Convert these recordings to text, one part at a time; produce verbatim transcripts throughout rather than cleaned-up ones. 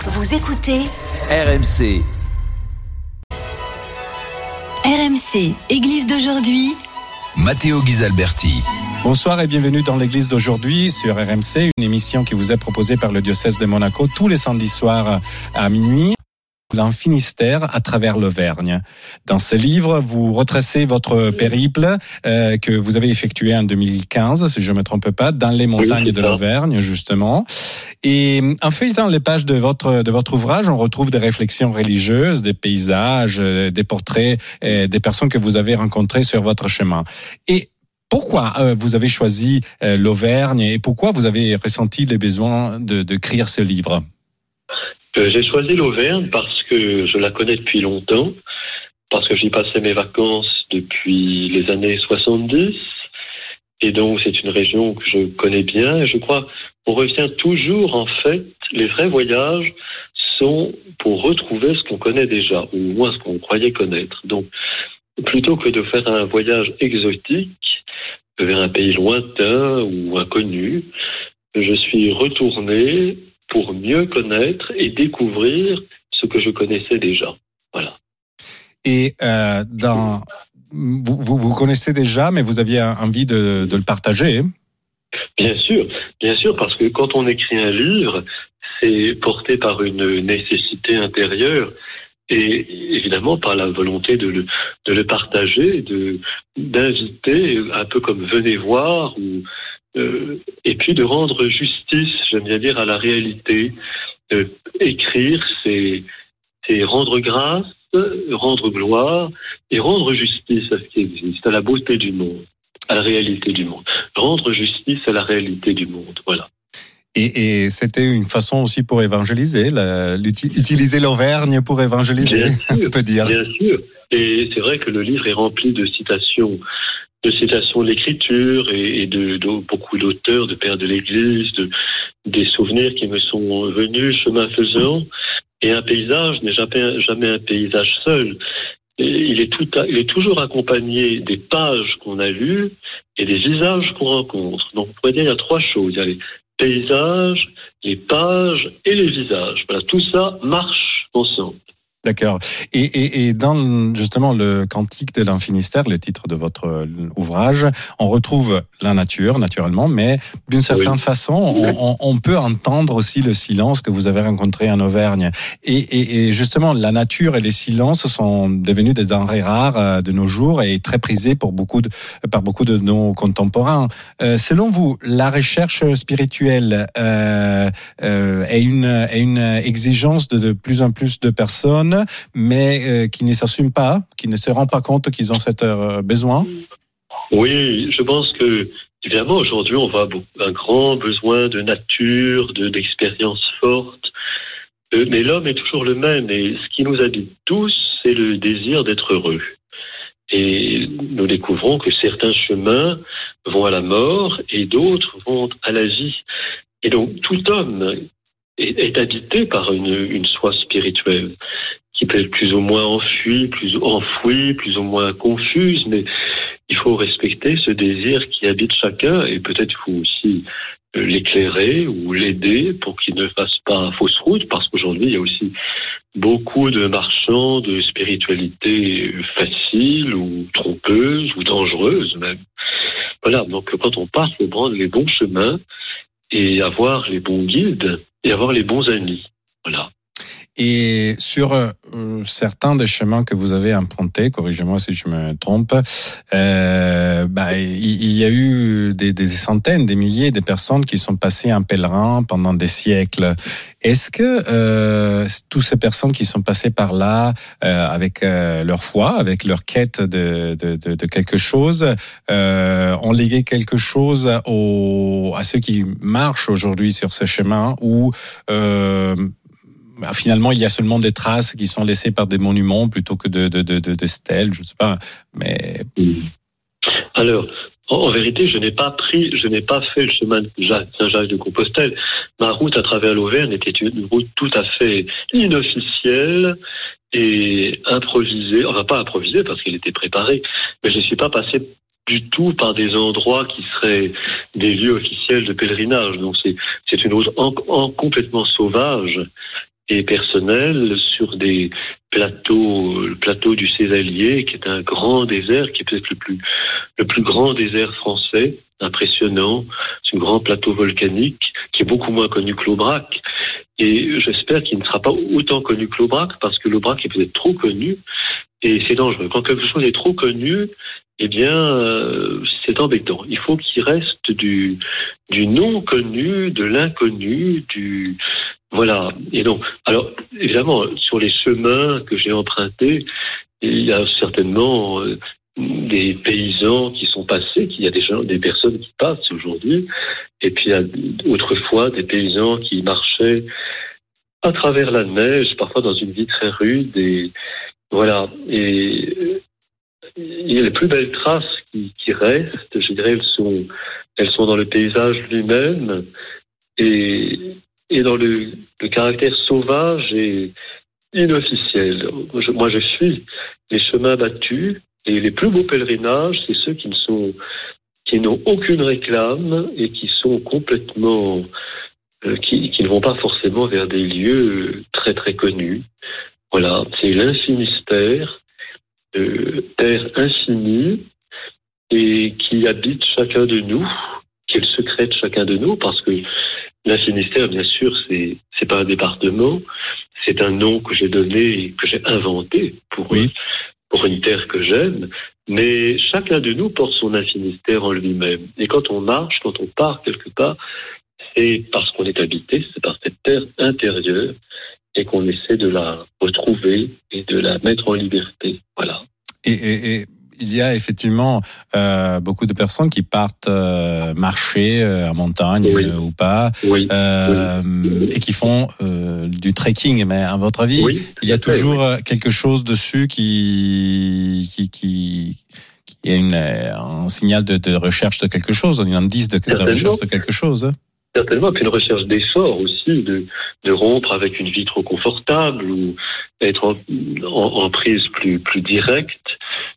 Vous écoutez R M C. R M C, Église d'aujourd'hui. Matteo Ghisalberti. Bonsoir et bienvenue dans l'Église d'aujourd'hui sur R M C, une émission qui vous est proposée par le diocèse de Monaco tous les samedis soirs à minuit. Dans le Finistère à travers l'Auvergne. Dans ce livre, vous retracez votre périple euh, que vous avez effectué en deux mille quinze, si je ne me trompe pas, dans les montagnes oui, de l'Auvergne, justement. Et en feuilletant les pages de votre, de votre ouvrage, on retrouve des réflexions religieuses, des paysages, des portraits euh, des personnes que vous avez rencontrées sur votre chemin. Et pourquoi euh, vous avez choisi euh, l'Auvergne et pourquoi vous avez ressenti le besoin de, de écrire ce livre ? Euh, j'ai choisi l'Auvergne parce que je la connais depuis longtemps, parce que j'y passais mes vacances depuis les années soixante-dix, et donc c'est une région que je connais bien, et je crois qu'on revient toujours, en fait, les vrais voyages sont pour retrouver ce qu'on connaît déjà, ou au moins ce qu'on croyait connaître. Donc, plutôt que de faire un voyage exotique vers un pays lointain ou inconnu, je suis retourné pour mieux connaître et découvrir ce que je connaissais déjà. Voilà. Et euh, dans, vous, vous, vous connaissez déjà, mais vous aviez envie de, de le partager. Bien sûr, bien sûr, parce que quand on écrit un livre, c'est porté par une nécessité intérieure et évidemment par la volonté de le, de le partager, de, d'inviter, un peu comme venez voir ou Euh, et puis de rendre justice, j'aime bien dire, à la réalité. Euh, écrire, c'est, c'est rendre grâce, rendre gloire et rendre justice à ce qui existe, à la beauté du monde, à la réalité du monde. Rendre justice à la réalité du monde, voilà. Et, et c'était une façon aussi pour évangéliser, la, utiliser l'Auvergne pour évangéliser, sûr, on peut dire. Bien sûr. Et c'est vrai que le livre est rempli de citations de citations de l'Écriture et, et de, de beaucoup d'auteurs, de pères de l'Église, de, des souvenirs qui me sont venus chemin faisant. Et un paysage n'est jamais, jamais un paysage seul. Et il, est tout, il est toujours accompagné des pages qu'on a lues et des visages qu'on rencontre. Donc on pourrait dire qu'il y a trois choses. Il y a les paysages, les pages et les visages. Voilà, tout ça marche ensemble. D'accord. Et, et, et dans justement le Cantique de l'Infinistère, le titre de votre ouvrage, on retrouve la nature, naturellement, mais d'une certaine oui. façon, on, on peut entendre aussi le silence que vous avez rencontré en Auvergne. Et, et, et justement, la nature et les silences sont devenus des denrées rares de nos jours et très prisées pour beaucoup de, par beaucoup de nos contemporains. Euh, selon vous, la recherche spirituelle euh, euh, est, une, est une exigence de, de plus en plus de personnes, mais euh, qui ne s'assument pas, qui ne se rendent pas compte qu'ils ont cet euh, besoin? Oui, je pense que, évidemment, aujourd'hui, on voit un grand besoin de nature, de, d'expériences fortes, euh, mais l'homme est toujours le même, et ce qui nous habite tous, c'est le désir d'être heureux. Et nous découvrons que certains chemins vont à la mort, et d'autres vont à la vie. Et donc, tout homme est, est habité par une, une soif spirituelle, qui peut être plus ou moins enfuie, plus enfouie, plus ou moins confuse, mais il faut respecter ce désir qui habite chacun et peut-être il faut aussi l'éclairer ou l'aider pour qu'il ne fasse pas fausse route, parce qu'aujourd'hui il y a aussi beaucoup de marchands de spiritualité facile ou trompeuse ou dangereuse même. Voilà, donc quand on part, il faut prendre les bons chemins et avoir les bons guides et avoir les bons amis. Voilà. Et sur euh, certains des chemins que vous avez empruntés, corrigez-moi si je me trompe, euh, bah, il, il y a eu des, des centaines, des milliers de personnes qui sont passées en pèlerin pendant des siècles. Est-ce que euh, toutes ces personnes qui sont passées par là euh, avec euh, leur foi, avec leur quête de, de, de, de quelque chose, euh, ont légué quelque chose aux, à ceux qui marchent aujourd'hui sur ce chemin ou euh, finalement, il y a seulement des traces qui sont laissées par des monuments plutôt que de, de, de, de stèles, je ne sais pas. Mais alors, en, en vérité, je n'ai pas pris, je n'ai pas fait le chemin de Saint-Jacques de Compostelle. Ma route à travers l'Auvergne était une route tout à fait inofficielle et improvisée. Enfin, pas improvisée parce qu'elle était préparée, mais je ne suis pas passé du tout par des endroits qui seraient des lieux officiels de pèlerinage. Donc c'est, c'est une route en, en, complètement sauvage. et personnel sur des plateaux, le plateau du Césalier, qui est un grand désert, qui est peut-être le plus, le plus grand désert français, impressionnant. C'est un grand plateau volcanique qui est beaucoup moins connu que l'Aubrac. Et j'espère qu'il ne sera pas autant connu que l'Aubrac, parce que l'Aubrac est peut-être trop connu, et c'est dangereux. Quand quelque chose est trop connu, eh bien, euh, c'est embêtant. Il faut qu'il reste du, du non connu, de l'inconnu, du... Voilà. Et donc, alors, évidemment, sur les chemins que j'ai empruntés, il y a certainement euh, des paysans qui sont passés, qu'il y a des gens, des personnes qui passent aujourd'hui, et puis il y a autrefois des paysans qui marchaient à travers la neige, parfois dans une vie très rude, et voilà. Et il y a les plus belles traces qui, qui restent, je dirais, elles sont, elles sont dans le paysage lui-même, et et dans le, le caractère sauvage et inofficiel. Je, moi, je suis les chemins battus, et les plus beaux pèlerinages, c'est ceux qui ne sont, qui n'ont aucune réclame et qui sont complètement, euh, qui, qui ne vont pas forcément vers des lieux très très connus. Voilà, c'est l'infinistère, euh, terre infinie, et qui habite chacun de nous, qui est le secret de chacun de nous, parce que la Finistère, bien sûr, c'est c'est pas un département, c'est un nom que j'ai donné, que j'ai inventé pour oui. pour une terre que j'aime. Mais chacun de nous porte son Finistère en lui-même. Et quand on marche, quand on part quelque part, c'est parce qu'on est habité, c'est par cette terre intérieure, et qu'on essaie de la retrouver et de la mettre en liberté. Voilà. Et, et, et... Il y a effectivement euh, beaucoup de personnes qui partent euh, marcher euh, en montagne oui. euh, ou pas, oui. Euh, oui. et qui font euh, du trekking. Mais à votre avis, oui, il y a toujours oui. quelque chose dessus qui qui qui, qui est une, un signal de, de recherche de quelque chose, un indice de, de recherche de quelque chose. Certainement, puis une recherche d'effort aussi, de, de rompre avec une vie trop confortable ou être en, en, en prise plus plus directe.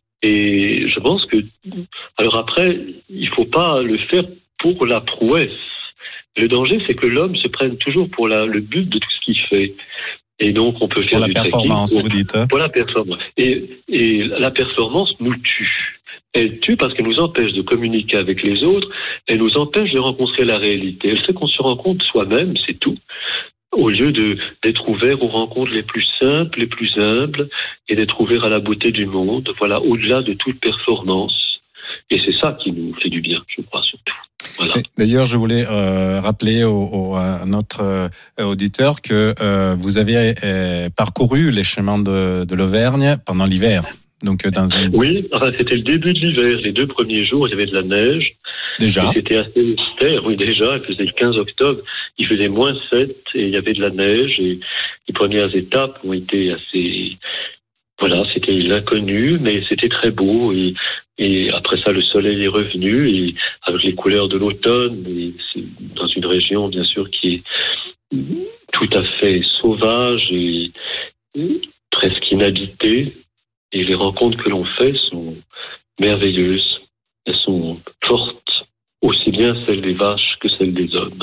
Et je pense que, alors après, il faut pas le faire pour la prouesse. Le danger, c'est que l'homme se prenne toujours pour la, le but de tout ce qu'il fait. Et donc, on peut faire pour du la performance, trekking, vous dites. Hein? Pour la performance. Et, et la performance nous tue. Elle tue parce qu'elle nous empêche de communiquer avec les autres, elle nous empêche de rencontrer la réalité. Elle fait qu'on se rencontre soi-même, c'est tout. Au lieu de, d'être ouvert aux rencontres les plus simples, les plus humbles, et d'être ouvert à la beauté du monde, voilà, au-delà de toute performance. Et c'est ça qui nous fait du bien, je crois, surtout. Voilà. D'ailleurs, je voulais euh, rappeler au, au, à notre euh, auditeur que euh, vous avez euh, parcouru les chemins de, de l'Auvergne pendant l'hiver. Donc, dans une... Oui, enfin, c'était le début de l'hiver. Les deux premiers jours, il y avait de la neige. Déjà. Et c'était assez mystère, oui, déjà. Il faisait le quinze octobre. Il faisait moins sept et il y avait de la neige. Et les premières étapes ont été assez... Voilà, c'était l'inconnu, mais c'était très beau. Et, et après ça, le soleil est revenu, et avec les couleurs de l'automne. Et c'est dans une région, bien sûr, qui est tout à fait sauvage et presque inhabitée. Et les rencontres que l'on fait sont merveilleuses. Elles sont fortes, aussi bien celles des vaches que celles des hommes.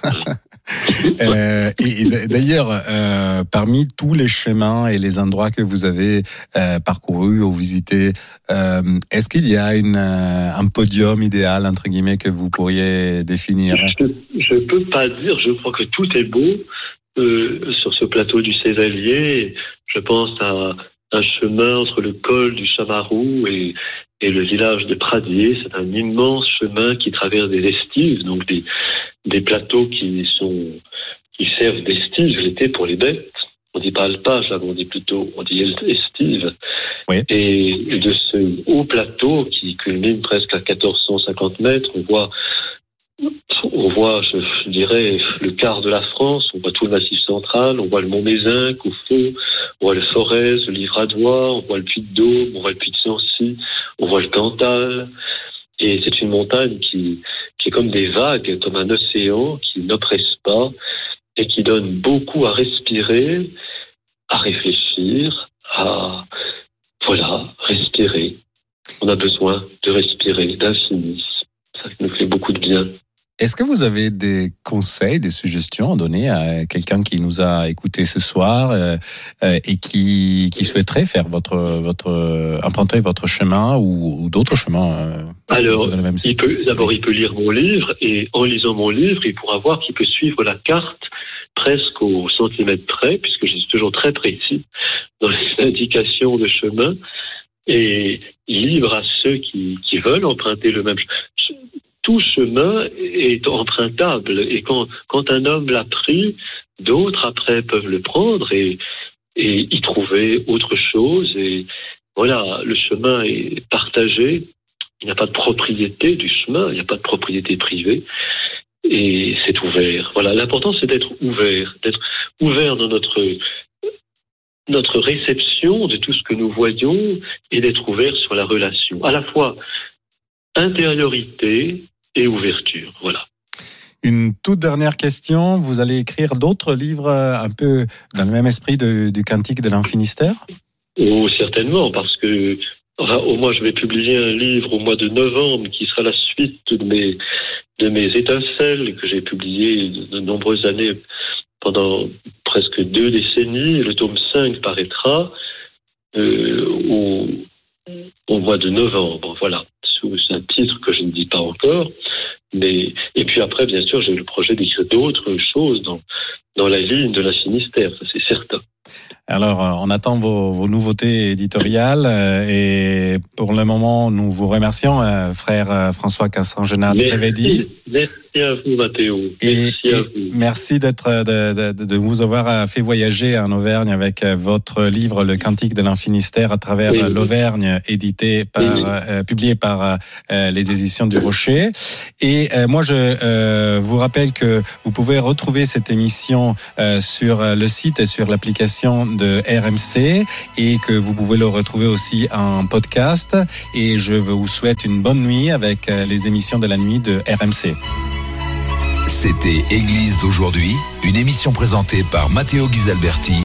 euh, et, et d'ailleurs, euh, parmi tous les chemins et les endroits que vous avez euh, parcourus ou visités, euh, est-ce qu'il y a une, euh, un podium idéal, entre guillemets, que vous pourriez définir? Je ne peux pas dire. Je crois que tout est beau euh, sur ce plateau du Césalier. Je pense à un chemin entre le col du Chamarou et, et le village de Pradier. C'est un immense chemin qui traverse des estives, donc des, des plateaux qui sont qui servent d'estives l'été pour les bêtes. On dit pas alpage, là, on dit plutôt, on dit estive. Oui. Et de ce haut plateau qui culmine presque à quatorze cent cinquante mètres, on voit On voit, je dirais, le quart de la France, on voit tout le Massif central, on voit le Mont Mézinc au fond, on voit le Forez, le Livradois, on voit le Puy de Dôme, on voit le Puy de Sancy, on voit le Cantal. Et c'est une montagne qui, qui est comme des vagues, comme un océan, qui n'oppresse pas et qui donne beaucoup à respirer, à réfléchir, à, voilà, respirer. On a besoin de respirer, d'infini. Ça nous fait beaucoup de bien. Est-ce que vous avez des conseils, des suggestions à donner à quelqu'un qui nous a écouté ce soir euh, euh, et qui, qui souhaiterait faire votre, votre, euh, emprunter votre chemin ou, ou d'autres chemins euh, Alors, dans le même il peut, d'abord, il peut lire mon livre et en lisant mon livre, il pourra voir qu'il peut suivre la carte presque au centimètre près, puisque je suis toujours très précis dans les indications de chemin, et libre à ceux qui, qui veulent emprunter le même chemin. Tout chemin est empruntable et quand, quand un homme l'a pris, d'autres après peuvent le prendre et, et y trouver autre chose. Et voilà, le chemin est partagé. Il n'y a pas de propriété du chemin, il n'y a pas de propriété privée et c'est ouvert. Voilà, l'important c'est d'être ouvert, d'être ouvert dans notre notre réception de tout ce que nous voyons et d'être ouvert sur la relation. À la fois intériorité et ouverture, voilà. Une toute dernière question. Vous allez écrire d'autres livres un peu dans le même esprit de, du Cantique de l'Infinistère ? Oh, certainement, parce que enfin, au moins je vais publier un livre au mois de novembre qui sera la suite de mes, de mes étincelles que j'ai publiées de, de nombreuses années pendant presque deux décennies. Le tome cinq paraîtra euh, au, au mois de novembre, voilà. C'est un titre que je ne dis pas encore, mais et puis après, bien sûr, j'ai le projet d'écrire d'autres choses dans dans la ligne de l'Infinistère, ça c'est certain. Alors, on attend vos, vos nouveautés éditoriales et pour le moment, nous vous remercions, frère François Cassangenat-Trevedi. Merci à vous, Mathéo. Et, merci à et vous. Merci d'être, de, de, de vous avoir fait voyager en Auvergne avec votre livre Le Cantique de l'Infinistère à travers oui. l'Auvergne, édité par, oui. euh, publié par euh, les éditions du Rocher. Et euh, moi, je euh, vous rappelle que vous pouvez retrouver cette émission euh, sur le site et sur l'application de R M C et que vous pouvez le retrouver aussi en podcast. Et je vous souhaite une bonne nuit avec les émissions de la nuit de R M C. C'était Église d'aujourd'hui, une émission présentée par Matteo Ghisalberti